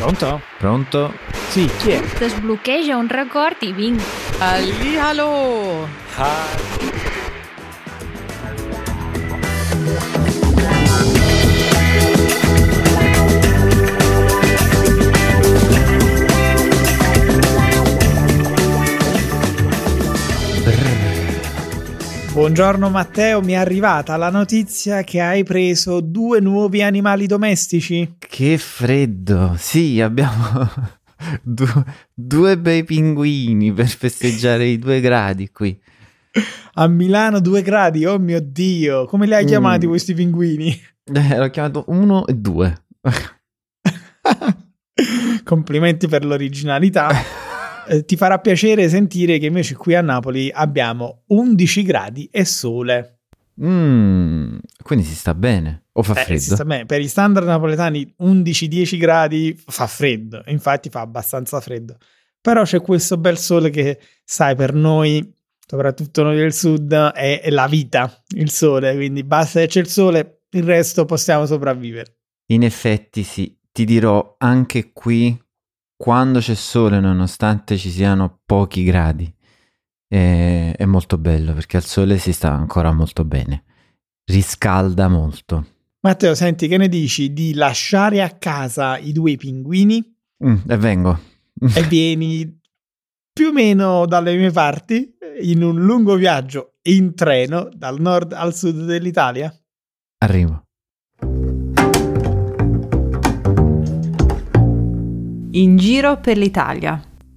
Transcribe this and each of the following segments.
Pronto? Pronto? Sì, chi è? Desbloqueja un record i vinc. Hallihallo! Buongiorno Matteo, mi è arrivata la notizia che hai preso 2 nuovi animali domestici. Che freddo! Sì, abbiamo due bei pinguini per festeggiare i 2 gradi qui. A Milano 2 gradi, oh mio Dio! Come li hai chiamati questi pinguini? L'ho chiamato 1 e 2. Complimenti per l'originalità. Ti farà piacere sentire che invece qui a Napoli abbiamo 11 gradi e sole. Quindi si sta bene? O fa freddo? Si sta bene. Per gli standard napoletani 11-10 gradi fa freddo, infatti fa abbastanza freddo. Però c'è questo bel sole che, sai, per noi, soprattutto noi del sud, è la vita, il sole. Quindi basta che c'è il sole, il resto possiamo sopravvivere. In effetti sì, ti dirò anche qui, quando c'è sole, nonostante ci siano pochi gradi, è molto bello perché al sole si sta ancora molto bene, riscalda molto. Matteo, senti, che ne dici di lasciare a casa i 2 pinguini E vengo. e vieni più o meno dalle mie parti in un lungo viaggio in treno dal nord al sud dell'Italia? Arrivo. In giro per l'Italia.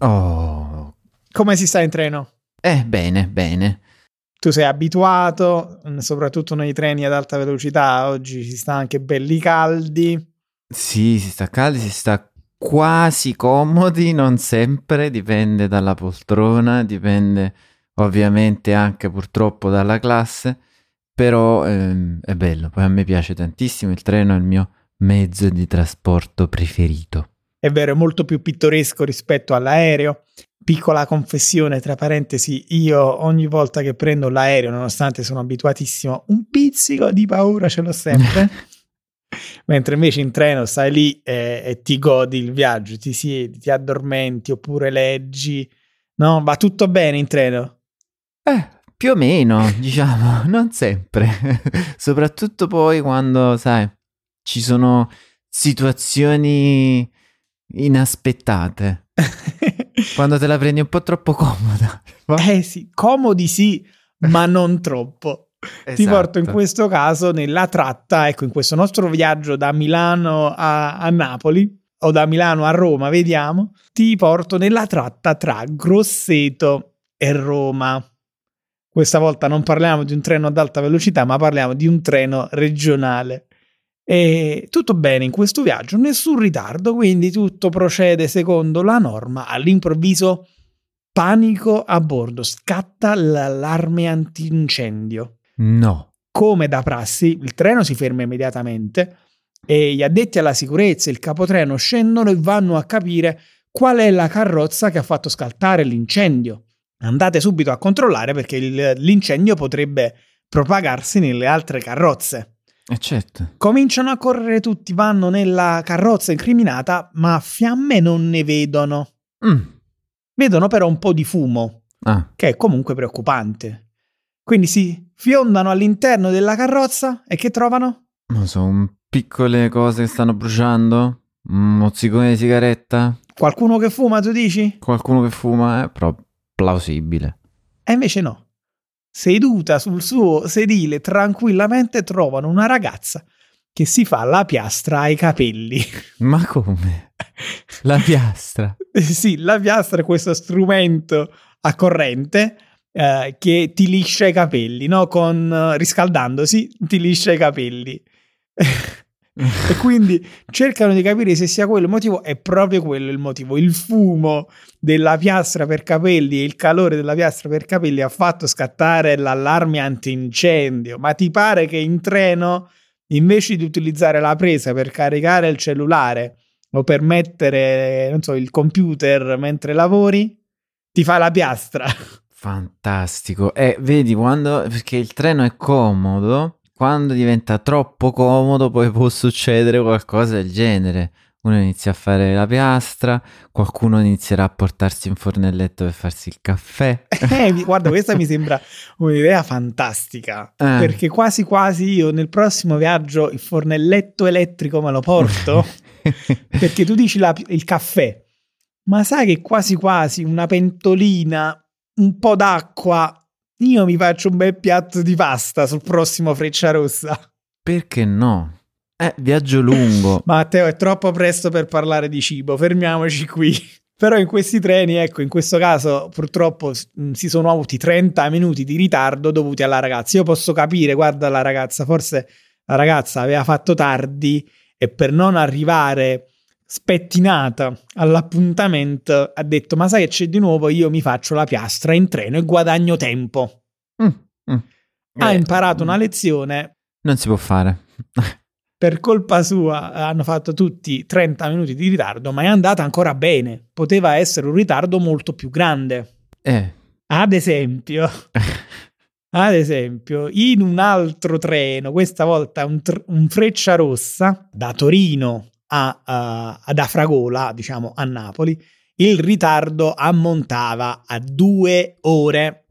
Oh, Come si sta in treno? bene, bene. Tu sei abituato, soprattutto nei treni ad alta velocità, oggi si sta anche belli caldi. Sì, si sta caldi, si sta quasi comodi, non sempre, dipende dalla poltrona, dipende ovviamente anche purtroppo dalla classe, però è bello, poi a me piace tantissimo, il treno è il mio mezzo di trasporto preferito. È vero, è molto più pittoresco rispetto all'aereo. Piccola confessione, tra parentesi, io ogni volta che prendo l'aereo, nonostante sono abituatissimo, un pizzico di paura ce l'ho sempre. Mentre invece in treno stai lì e ti godi il viaggio, ti siedi, ti addormenti oppure leggi. No, va tutto bene in treno? Più o meno, diciamo, non sempre. Soprattutto poi quando, sai, ci sono situazioni inaspettate. Quando te la prendi un po' troppo comoda. Sì, comodi sì, ma non troppo. Ti Esatto. porto in questo caso nella tratta, ecco, in questo nostro viaggio da Milano a Napoli o da Milano a Roma, vediamo, ti porto nella tratta tra Grosseto e Roma. Questa volta non parliamo di un treno ad alta velocità, ma parliamo di un treno regionale. E tutto bene in questo viaggio, nessun ritardo, quindi tutto procede secondo la norma. All'improvviso panico a bordo, scatta l'allarme antincendio. No. Come da prassi, il treno si ferma immediatamente e gli addetti alla sicurezza e il capotreno scendono e vanno a capire qual è la carrozza che ha fatto scattare l'incendio. Andate subito a controllare perché l'incendio potrebbe propagarsi nelle altre carrozze. Certo. Cominciano a correre tutti, vanno nella carrozza incriminata, ma fiamme non ne vedono. Vedono però un po' di fumo, che è comunque preoccupante. Quindi si fiondano all'interno della carrozza e che trovano? Non so, piccole cose che stanno bruciando, un mozzicone di sigaretta. Qualcuno che fuma, tu dici? Qualcuno che fuma, è però plausibile. E invece no. Seduta sul suo sedile tranquillamente trovano una ragazza che si fa la piastra ai capelli. Ma come? La piastra? Sì, la piastra è questo strumento a corrente che ti liscia i capelli, no? Riscaldandosi ti liscia i capelli. E quindi cercano di capire se sia quello il motivo. È proprio quello il motivo. Il fumo della piastra per capelli e il calore della piastra per capelli ha fatto scattare l'allarme antincendio. Ma ti pare che in treno, invece di utilizzare la presa per caricare il cellulare o per mettere, non so, il computer mentre lavori, ti fa la piastra? Fantastico. Vedi, perché il treno è comodo, quando diventa troppo comodo poi può succedere qualcosa del genere. uno inizia a fare la piastra, qualcuno inizierà a portarsi in fornelletto per farsi il caffè. Guarda, questa mi sembra un'idea fantastica, perché quasi quasi io nel prossimo viaggio il fornelletto elettrico me lo porto, perché tu dici il caffè, ma sai che quasi quasi una pentolina, un po' d'acqua, io mi faccio un bel piatto di pasta sul prossimo Frecciarossa. Perché no? Viaggio lungo. Matteo, è troppo presto per parlare di cibo, fermiamoci qui. Però in questi treni, ecco, in questo caso purtroppo si sono avuti 30 minuti di ritardo dovuti alla ragazza. Io posso capire, guarda la ragazza, forse la ragazza aveva fatto tardi e per non arrivare spettinata all'appuntamento ha detto: ma sai che c'è di nuovo? Io mi faccio la piastra in treno e guadagno tempo. Ha imparato una lezione. Non si può fare. Per colpa sua hanno fatto tutti 30 minuti di ritardo, ma è andata ancora bene. Poteva essere un ritardo molto più grande. Ad esempio, in un altro treno, questa volta un Frecciarossa, da Torino ad Afragola, diciamo a Napoli, il ritardo ammontava a 2 ore.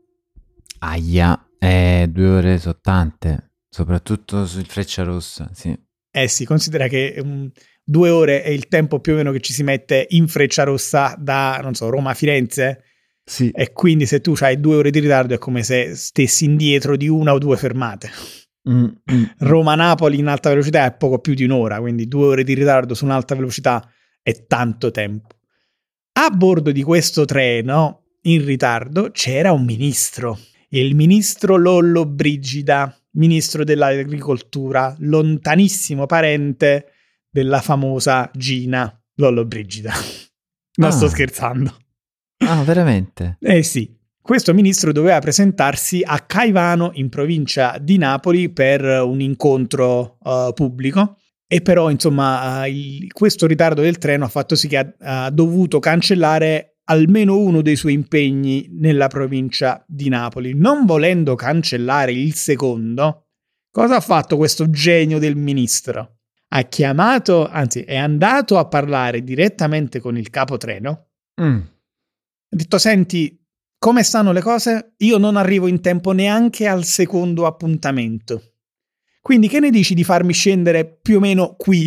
Aia, 2 ore sono tante, soprattutto sul Frecciarossa, sì. Sì, considera che 2 ore è il tempo più o meno che ci si mette in Frecciarossa da, non so, Roma a Firenze. Sì. E quindi se tu hai 2 ore di ritardo è come se stessi indietro di 1 o 2 fermate. Roma-Napoli in alta velocità è poco più di un'ora, quindi 2 ore di ritardo su un'alta velocità è tanto tempo. A bordo di questo treno, in ritardo, c'era un ministro. Il ministro Lollobrigida, ministro dell'agricoltura, lontanissimo parente della famosa Gina Lollobrigida. Non sto scherzando. Veramente? Sì. Questo ministro doveva presentarsi a Caivano, in provincia di Napoli, per un incontro pubblico. E però, insomma, questo ritardo del treno ha fatto sì che ha dovuto cancellare almeno uno dei suoi impegni nella provincia di Napoli. Non volendo cancellare il secondo, cosa ha fatto questo genio del ministro? Ha chiamato, anzi è andato a parlare direttamente con il capotreno. Ha detto: senti, come stanno le cose? Io non arrivo in tempo neanche al secondo appuntamento. Quindi che ne dici di farmi scendere più o meno qui?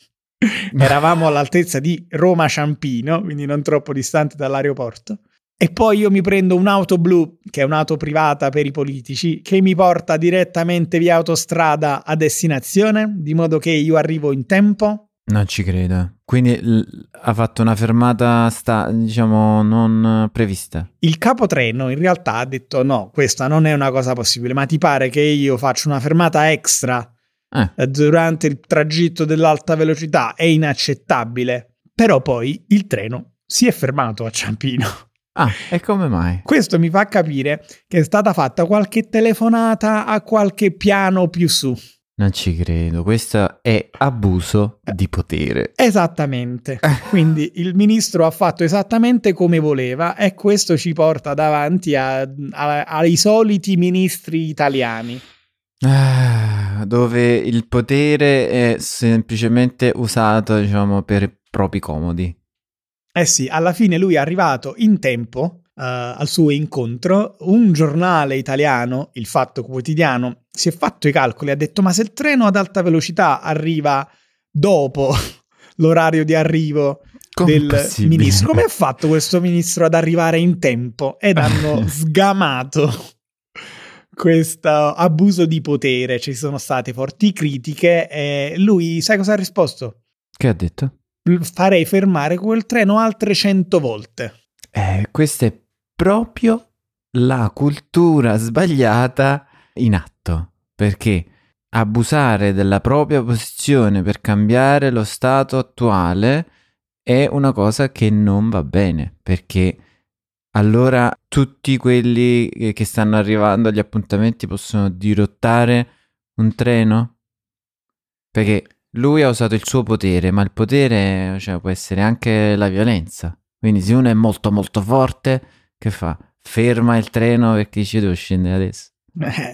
Eravamo all'altezza di Roma Ciampino, quindi non troppo distante dall'aeroporto. E poi io mi prendo un'auto blu, che è un'auto privata per i politici, che mi porta direttamente via autostrada a destinazione, di modo che io arrivo in tempo. Non ci credo. Quindi ha fatto una fermata, diciamo, non prevista. Il capotreno in realtà ha detto: no, questa non è una cosa possibile, ma ti pare che io faccio una fermata extra durante il tragitto dell'alta velocità? È inaccettabile. Però poi il treno si è fermato a Ciampino. E come mai? Questo mi fa capire che è stata fatta qualche telefonata a qualche piano più su. Non ci credo, questo è abuso di potere. Esattamente. Quindi il ministro ha fatto esattamente come voleva e questo ci porta davanti ai soliti ministri italiani. Dove il potere è semplicemente usato, diciamo, per propri comodi. Sì, alla fine lui è arrivato in tempo al suo incontro. Un giornale italiano, Il Fatto Quotidiano, si è fatto i calcoli, ha detto: ma se il treno ad alta velocità arriva dopo l'orario di arrivo del ministro, come ha fatto questo ministro ad arrivare in tempo? Ed hanno sgamato questo abuso di potere. Ci sono state forti critiche e lui, sai cosa ha risposto? Che ha detto? Farei fermare quel treno altre 100 volte. Questa è proprio la cultura sbagliata in atto, perché abusare della propria posizione per cambiare lo stato attuale è una cosa che non va bene, perché allora tutti quelli che stanno arrivando agli appuntamenti possono dirottare un treno? Perché lui ha usato il suo potere, ma il potere, cioè, può essere anche la violenza. Quindi se uno è molto molto forte, che fa? Ferma il treno perché dice: devo scendere adesso.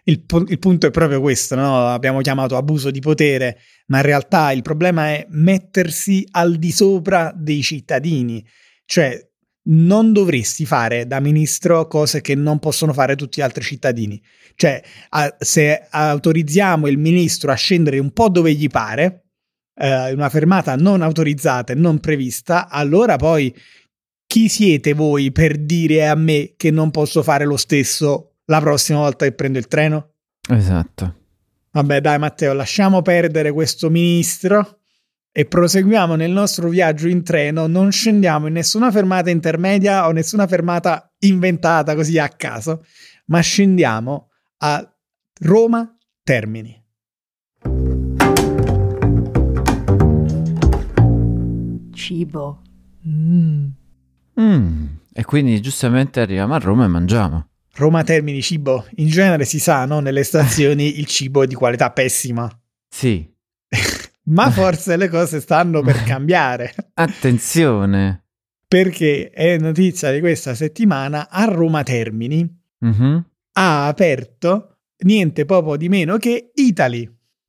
il punto è proprio questo, no? Abbiamo chiamato abuso di potere, ma in realtà il problema è mettersi al di sopra dei cittadini. Cioè, non dovresti fare da ministro cose che non possono fare tutti gli altri cittadini. Cioè, se autorizziamo il ministro a scendere un po' dove gli pare, in una fermata non autorizzata e non prevista, allora poi chi siete voi per dire a me che non posso fare lo stesso la prossima volta che prendo il treno? Esatto. Vabbè, dai Matteo, lasciamo perdere questo ministro e proseguiamo nel nostro viaggio in treno. Non scendiamo in nessuna fermata intermedia o nessuna fermata inventata così a caso, ma scendiamo a Roma Termini. Cibo. E quindi giustamente arriviamo a Roma e mangiamo. Roma Termini, cibo. In genere si sa, no? Nelle stazioni il cibo è di qualità pessima. Sì. Ma forse le cose stanno per cambiare. Attenzione. Perché è notizia di questa settimana, a Roma Termini ha aperto niente poco di meno che Eataly.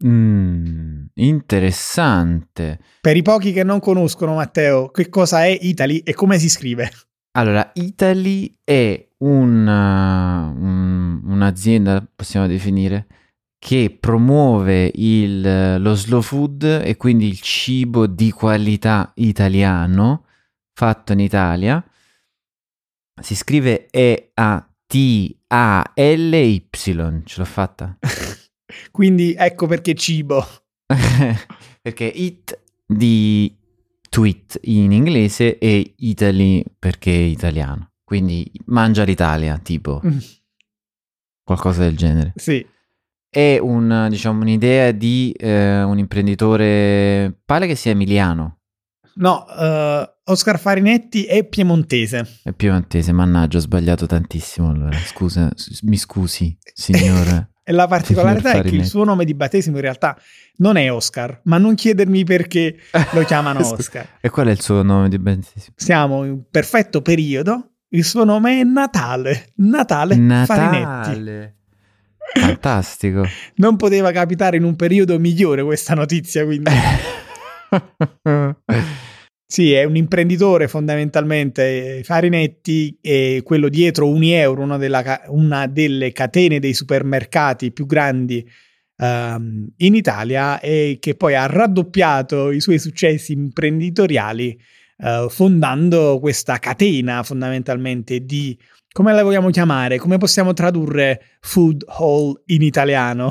Interessante. Per i pochi che non conoscono, Matteo, che cosa è Eataly e come si scrive? Allora, Eataly è un'azienda, possiamo definire, che promuove lo slow food e quindi il cibo di qualità italiano fatto in Italia. Si scrive E-A-T-A-L-Y, ce l'ho fatta? Quindi ecco perché cibo. Perché eat di tweet in inglese e Italy perché è italiano. Quindi mangia l'Italia, tipo. Qualcosa del genere. Sì. È un'idea di un imprenditore, pare che sia emiliano. No, Oscar Farinetti è piemontese. È piemontese, mannaggia, ho sbagliato tantissimo. Allora, scusa, mi scusi, signor. E la particolarità è che il suo nome di battesimo in realtà non è Oscar, ma non chiedermi perché lo chiamano Oscar. E qual è il suo nome di battesimo? Siamo in un perfetto periodo, il suo nome è Natale Farinetti. Fantastico. Non poteva capitare in un periodo migliore questa notizia, quindi... Sì, è un imprenditore fondamentalmente. Farinetti è quello dietro Unieuro, una delle catene dei supermercati più grandi in Italia, e che poi ha raddoppiato i suoi successi imprenditoriali fondando questa catena fondamentalmente di, come la vogliamo chiamare? Come possiamo tradurre food hall in italiano?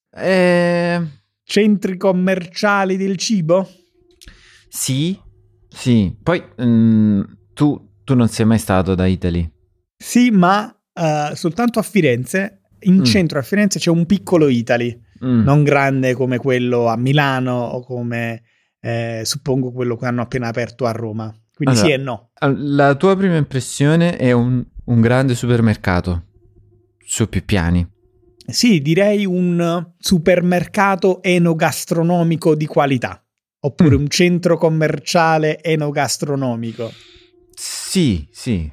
Centri commerciali del cibo? Sì. Poi tu non sei mai stato da Eataly? Sì, ma soltanto a Firenze. In centro a Firenze c'è un piccolo Eataly, non grande come quello a Milano o come suppongo quello che hanno appena aperto a Roma. Quindi allora, sì e no. La tua prima impressione è un grande supermercato su più piani. Sì, direi un supermercato enogastronomico di qualità. Oppure un centro commerciale enogastronomico. Sì,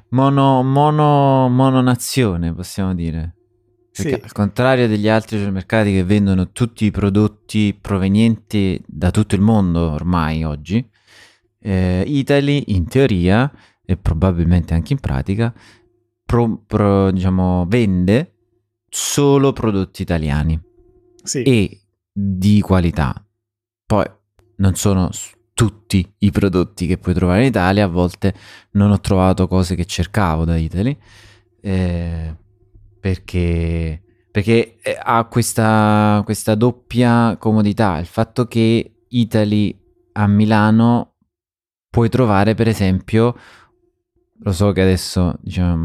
mononazione possiamo dire. Perché sì. Al contrario degli altri supermercati che vendono tutti i prodotti provenienti da tutto il mondo ormai oggi, Eataly in teoria e probabilmente anche in pratica vende solo prodotti italiani e di qualità. Poi non sono tutti i prodotti che puoi trovare in Italia, a volte non ho trovato cose che cercavo da Eataly, perché ha questa doppia comodità, il fatto che Eataly a Milano puoi trovare, per esempio, lo so che adesso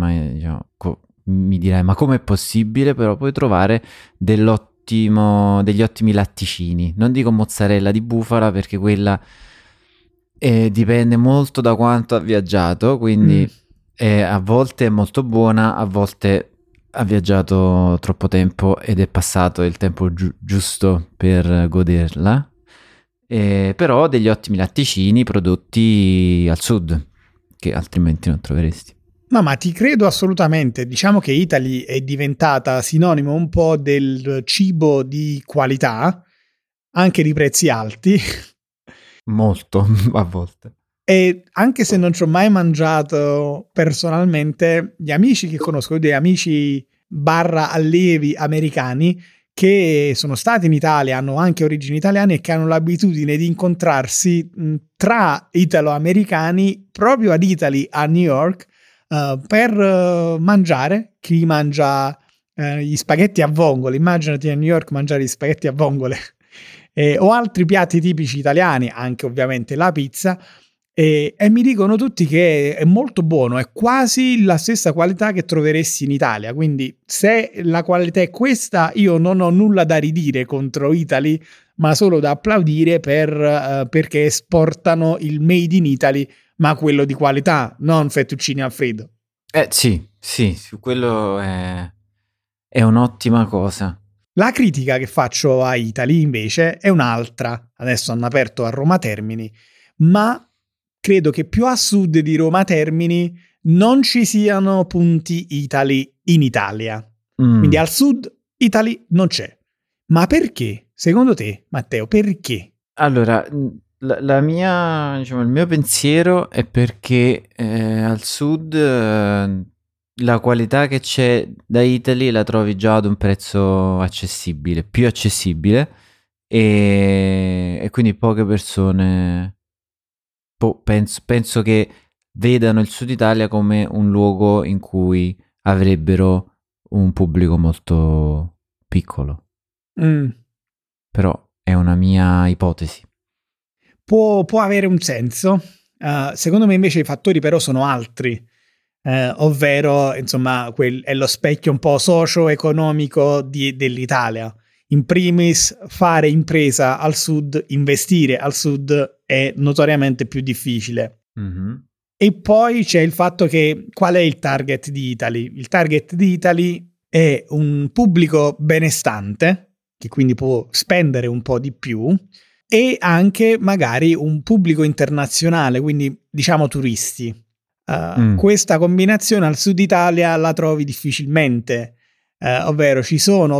mi dirai ma com'è possibile, però puoi trovare degli ottimi latticini. Non dico mozzarella di bufala perché quella dipende molto da quanto ha viaggiato, quindi a volte è molto buona, a volte ha viaggiato troppo tempo ed è passato il tempo giusto per goderla. Però degli ottimi latticini prodotti al sud che altrimenti non troveresti. No, ma ti credo assolutamente. Diciamo che Italy è diventata sinonimo un po' del cibo di qualità, anche di prezzi alti. Molto, a volte. E anche se non ci ho mai mangiato personalmente, gli amici che conosco, dei amici barra allievi americani che sono stati in Italia, hanno anche origini italiane e che hanno l'abitudine di incontrarsi tra italo-americani proprio ad Italy, a New York, per mangiare. Chi mangia gli spaghetti a vongole, immaginati a New York mangiare gli spaghetti a vongole, o altri piatti tipici italiani, anche ovviamente la pizza. E mi dicono tutti che è molto buono, è quasi la stessa qualità che troveresti in Italia, quindi se la qualità è questa io non ho nulla da ridire contro Italy, ma solo da applaudire perché esportano il made in Italy, ma quello di qualità, non fettuccini Alfredo. Sì, su quello è un'ottima cosa. La critica che faccio a Italy invece è un'altra. Adesso hanno aperto a Roma Termini, ma credo che più a sud di Roma Termini non ci siano punti Italy in Italia. Quindi al sud Italy non c'è. Ma perché? Secondo te, Matteo, perché? Allora, il mio pensiero è perché al sud la qualità che c'è da Italy la trovi già ad un prezzo accessibile, più accessibile, e quindi poche persone penso che vedano il Sud Italia come un luogo in cui avrebbero un pubblico molto piccolo. Però è una mia ipotesi. Può avere un senso. Secondo me invece i fattori però sono altri, ovvero insomma è lo specchio un po' socio-economico dell'Italia. In primis, fare impresa al sud, investire al sud è notoriamente più difficile. Mm-hmm. E poi c'è il fatto che qual è il target di Italy? Il target di Italy è un pubblico benestante, che quindi può spendere un po' di più, e anche magari un pubblico internazionale, quindi diciamo turisti. Questa combinazione al sud Italia la trovi difficilmente. Ovvero ci sono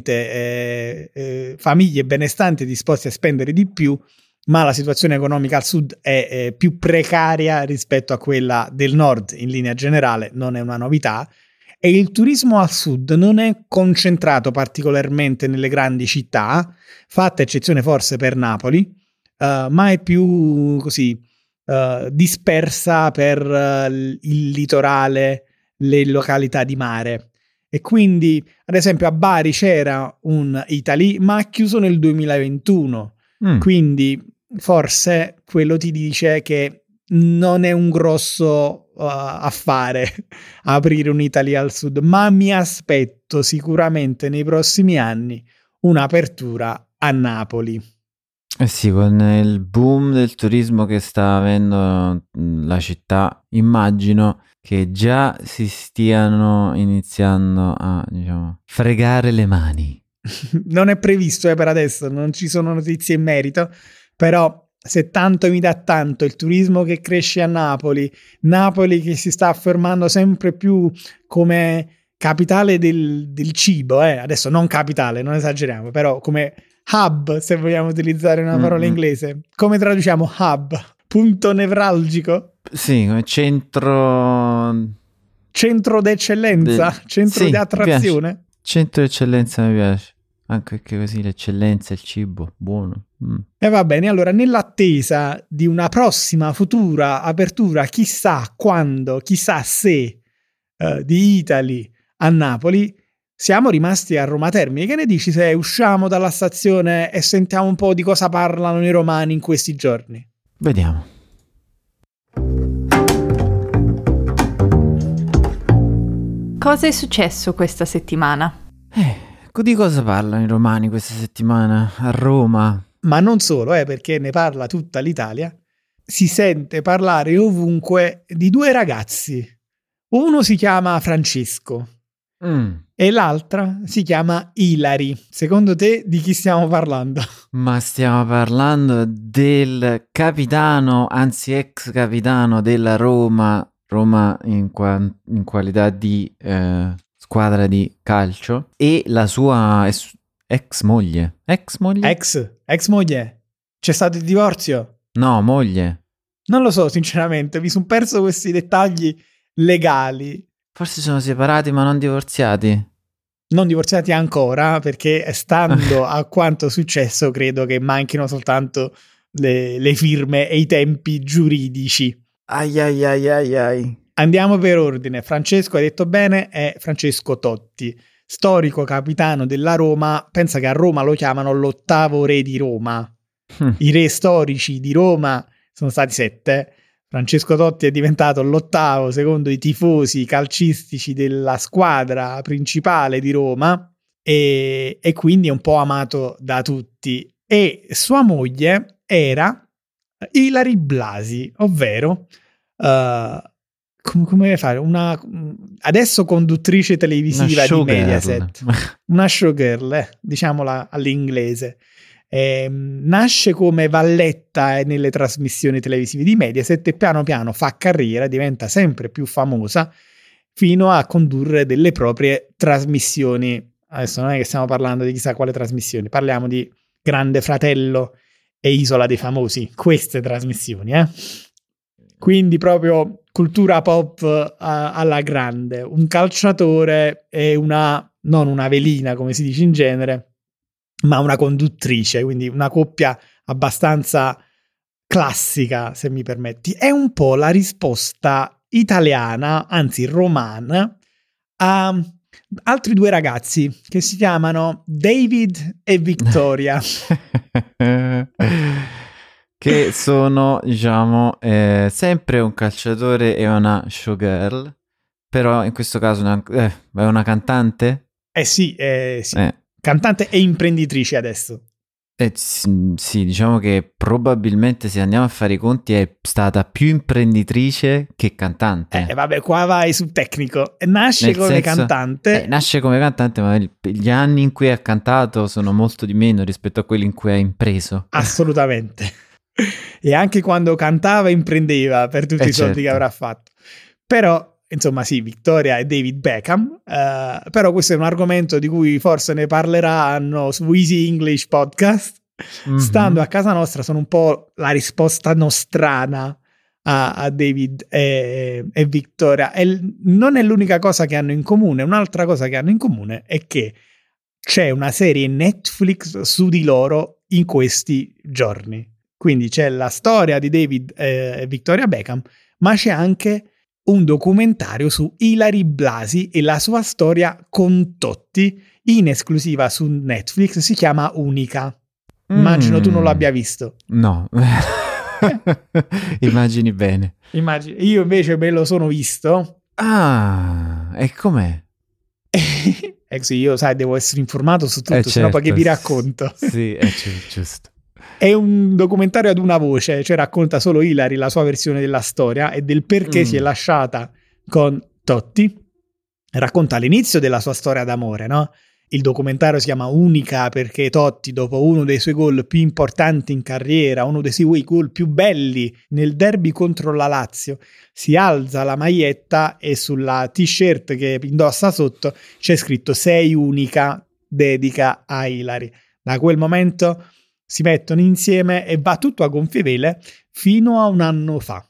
ovviamente famiglie benestanti disposte a spendere di più, ma la situazione economica al sud è più precaria rispetto a quella del nord in linea generale, non è una novità, e il turismo al sud non è concentrato particolarmente nelle grandi città, fatta eccezione forse per Napoli, ma è più così dispersa per il litorale, le località di mare. E quindi, ad esempio, a Bari c'era un Italy, ma ha chiuso nel 2021. Quindi, forse quello ti dice che non è un grosso affare aprire un Italy al sud, ma mi aspetto sicuramente nei prossimi anni un'apertura a Napoli. Sì, con il boom del turismo che sta avendo la città, immagino che già si stiano iniziando a, fregare le mani. Non è previsto per adesso, non ci sono notizie in merito, però se tanto mi dà tanto il turismo che cresce a Napoli che si sta affermando sempre più come capitale del cibo, adesso non capitale, non esageriamo, però come hub, se vogliamo utilizzare una parola inglese. Come traduciamo hub? Punto nevralgico? Sì, come centro d'eccellenza, centro di attrazione. Centro d'eccellenza mi piace, anche perché così l'eccellenza, il cibo, buono. E va bene, allora nell'attesa di una prossima futura apertura, chissà quando, chissà se, di Italy a Napoli, siamo rimasti a Roma Termini. Che ne dici se usciamo dalla stazione e sentiamo un po' di cosa parlano i romani in questi giorni? Vediamo. Cosa è successo questa settimana? Di cosa parlano i romani questa settimana a Roma? Ma non solo, perché ne parla tutta l'Italia. Si sente parlare ovunque di due ragazzi. Uno si chiama Francesco e l'altra si chiama Ilari. Secondo te di chi stiamo parlando? Ma stiamo parlando del capitano, anzi ex capitano della Roma, Roma in qualità di squadra di calcio, e la sua ex moglie. Ex moglie. C'è stato il divorzio? No, moglie. Non lo so, sinceramente, mi sono perso questi dettagli legali. Forse sono separati ma non divorziati. Non divorziati ancora, perché stando a quanto è successo credo che manchino soltanto le firme e i tempi giuridici. Ai. Andiamo per ordine. Francesco, hai detto bene, è Francesco Totti, storico capitano della Roma. Pensa che a Roma lo chiamano l'8º re di Roma. I re storici di Roma sono stati 7. Francesco Totti è diventato l'8º secondo i tifosi calcistici della squadra principale di Roma e quindi è un po' amato da tutti. E sua moglie era Ilary Blasi, ovvero come fare una adesso conduttrice televisiva di Mediaset, una showgirl, diciamola all'inglese. Nasce come valletta nelle trasmissioni televisive di Mediaset e piano piano fa carriera, diventa sempre più famosa fino a condurre delle proprie trasmissioni. Adesso non è che stiamo parlando di chissà quale trasmissioni, parliamo di Grande Fratello e Isola dei Famosi, queste trasmissioni, quindi proprio cultura pop alla grande, un calciatore e non una velina come si dice in genere, ma una conduttrice, quindi una coppia abbastanza classica, se mi permetti. È un po' la risposta italiana, anzi romana, a altri 2 ragazzi che si chiamano David e Victoria. Che sono, diciamo, sempre un calciatore e una showgirl, però in questo caso è una cantante? Sì. Cantante e imprenditrice adesso. Sì, diciamo che probabilmente se andiamo a fare i conti è stata più imprenditrice che cantante. Vabbè, qua vai sul tecnico. Nasce come cantante, ma gli anni in cui ha cantato sono molto di meno rispetto a quelli in cui ha impreso. Assolutamente. E anche quando cantava imprendeva per tutti i soldi che avrà fatto. Però insomma sì, Victoria e David Beckham, però questo è un argomento di cui forse ne parleranno su Easy English Podcast. Stando a casa nostra sono un po' la risposta nostrana a David e Victoria. E non è l'unica cosa che hanno in comune, un'altra cosa che hanno in comune è che c'è una serie Netflix su di loro in questi giorni. Quindi c'è la storia di David e Victoria Beckham, ma c'è anche un documentario su Ilary Blasi e la sua storia con Totti in esclusiva su Netflix, si chiama Unica. Immagino tu non l'abbia visto. No. Immagini bene. Io invece me lo sono visto. E com'è? Ecco, io devo essere informato su tutto, sennò poi che vi racconto. Sì, è giusto. È un documentario ad una voce, cioè racconta solo Ilary la sua versione della storia e del perché si è lasciata con Totti. Racconta l'inizio della sua storia d'amore, no? Il documentario si chiama Unica perché Totti, dopo uno dei suoi gol più importanti in carriera, uno dei suoi gol più belli nel derby contro la Lazio, si alza la maglietta e sulla t-shirt che indossa sotto c'è scritto "Sei unica", dedica a Ilary. Da quel momento si mettono insieme e va tutto a gonfie vele fino a un anno fa.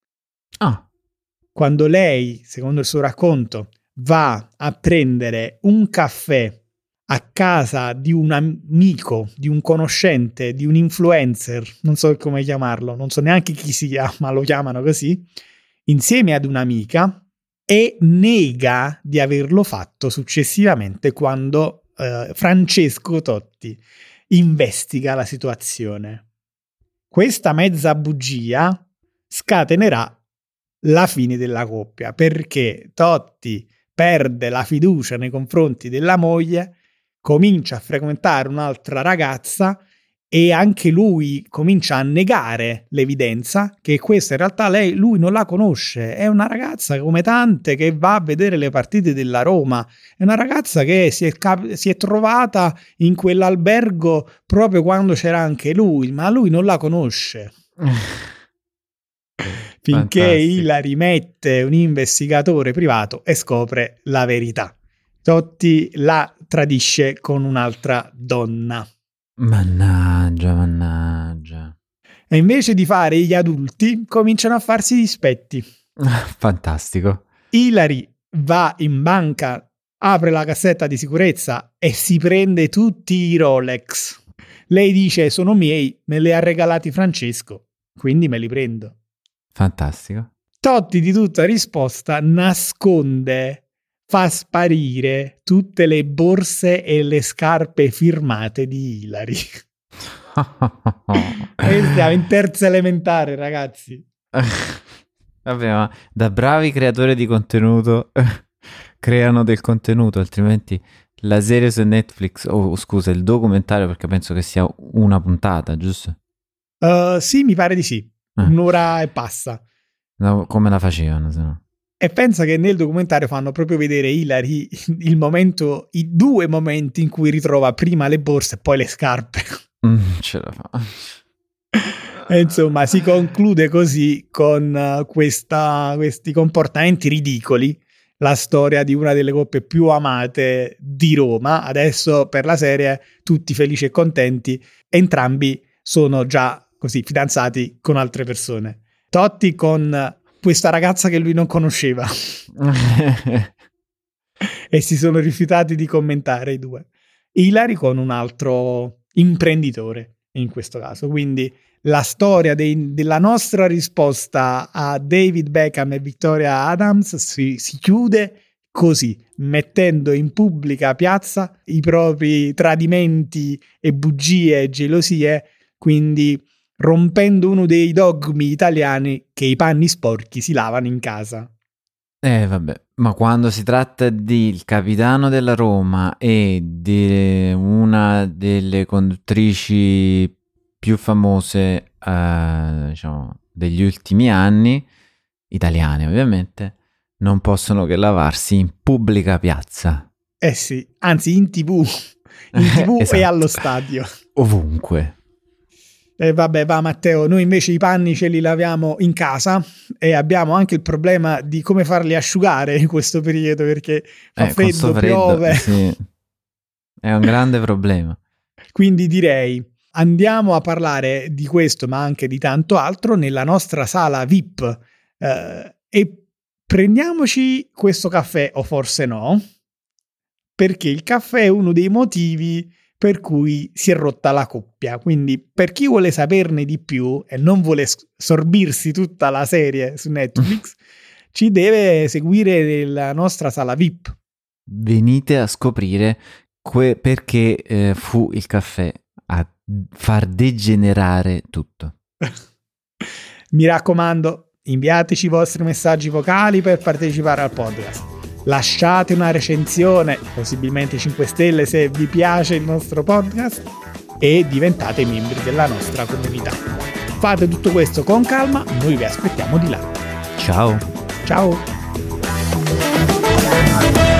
Quando lei, secondo il suo racconto, va a prendere un caffè a casa di un amico, di un conoscente, di un influencer, non so come chiamarlo, non so neanche chi sia, ma lo chiamano così, insieme ad un'amica, e nega di averlo fatto successivamente quando Francesco Totti investiga la situazione. Questa mezza bugia scatenerà la fine della coppia, perché Totti perde la fiducia nei confronti della moglie, comincia a frequentare un'altra ragazza e anche lui comincia a negare l'evidenza che questa in realtà lui non la conosce, è una ragazza come tante che va a vedere le partite della Roma, è una ragazza che si è trovata in quell'albergo proprio quando c'era anche lui, ma lui non la conosce. finché Fantastico. Hilary mette un investigatore privato e scopre la verità. Totti la tradisce con un'altra donna. Mannaggia. E invece di fare gli adulti, cominciano a farsi i dispetti. Fantastico. Hilary va in banca, apre la cassetta di sicurezza e si prende tutti i Rolex. Lei dice: sono miei, me li ha regalati Francesco, quindi me li prendo. Fantastico. Totti di tutta risposta nasconde, fa sparire tutte le borse e le scarpe firmate di Hilary. E stiamo in terza elementare, ragazzi. Vabbè, ma da bravi creatori di contenuto creano del contenuto, altrimenti la serie su Netflix, scusa, il documentario, perché penso che sia una puntata, giusto? Sì, mi pare di sì. 1 ora e passa. No, come la facevano, se no? E pensa che nel documentario fanno proprio vedere Hilary i 2 momenti in cui ritrova prima le borse e poi le scarpe. Ce la fa. E insomma, si conclude così con questi comportamenti ridicoli. La storia di una delle coppie più amate di Roma. Adesso per la serie tutti felici e contenti. Entrambi sono già così fidanzati con altre persone. Totti con questa ragazza che lui non conosceva. E si sono rifiutati di commentare i due. Hilary con un altro imprenditore in questo caso. Quindi la storia della nostra risposta a David Beckham e Victoria Adams si chiude così, mettendo in pubblica piazza i propri tradimenti e bugie e gelosie, quindi rompendo uno dei dogmi italiani che i panni sporchi si lavano in casa. Vabbè, ma quando si tratta del capitano della Roma e di una delle conduttrici più famose, diciamo, degli ultimi anni, italiane ovviamente, non possono che lavarsi in pubblica piazza. Eh sì, anzi in TV, esatto. E allo stadio. Ovunque. Vabbè, va Matteo, noi invece i panni ce li laviamo in casa e abbiamo anche il problema di come farli asciugare in questo periodo, perché fa freddo, piove. Sì. È un grande problema. Quindi direi, andiamo a parlare di questo, ma anche di tanto altro, nella nostra sala VIP e prendiamoci questo caffè, o forse no, perché il caffè è uno dei motivi per cui si è rotta la coppia. Quindi per chi vuole saperne di più e non vuole sorbirsi tutta la serie su Netflix, ci deve seguire nella nostra sala VIP. Venite a scoprire perché fu il caffè a far degenerare tutto. Mi raccomando, inviateci i vostri messaggi vocali per partecipare al podcast. Lasciate una recensione, possibilmente 5 stelle se vi piace il nostro podcast, e diventate membri della nostra comunità. Fate tutto questo con calma, noi vi aspettiamo di là. Ciao! Ciao!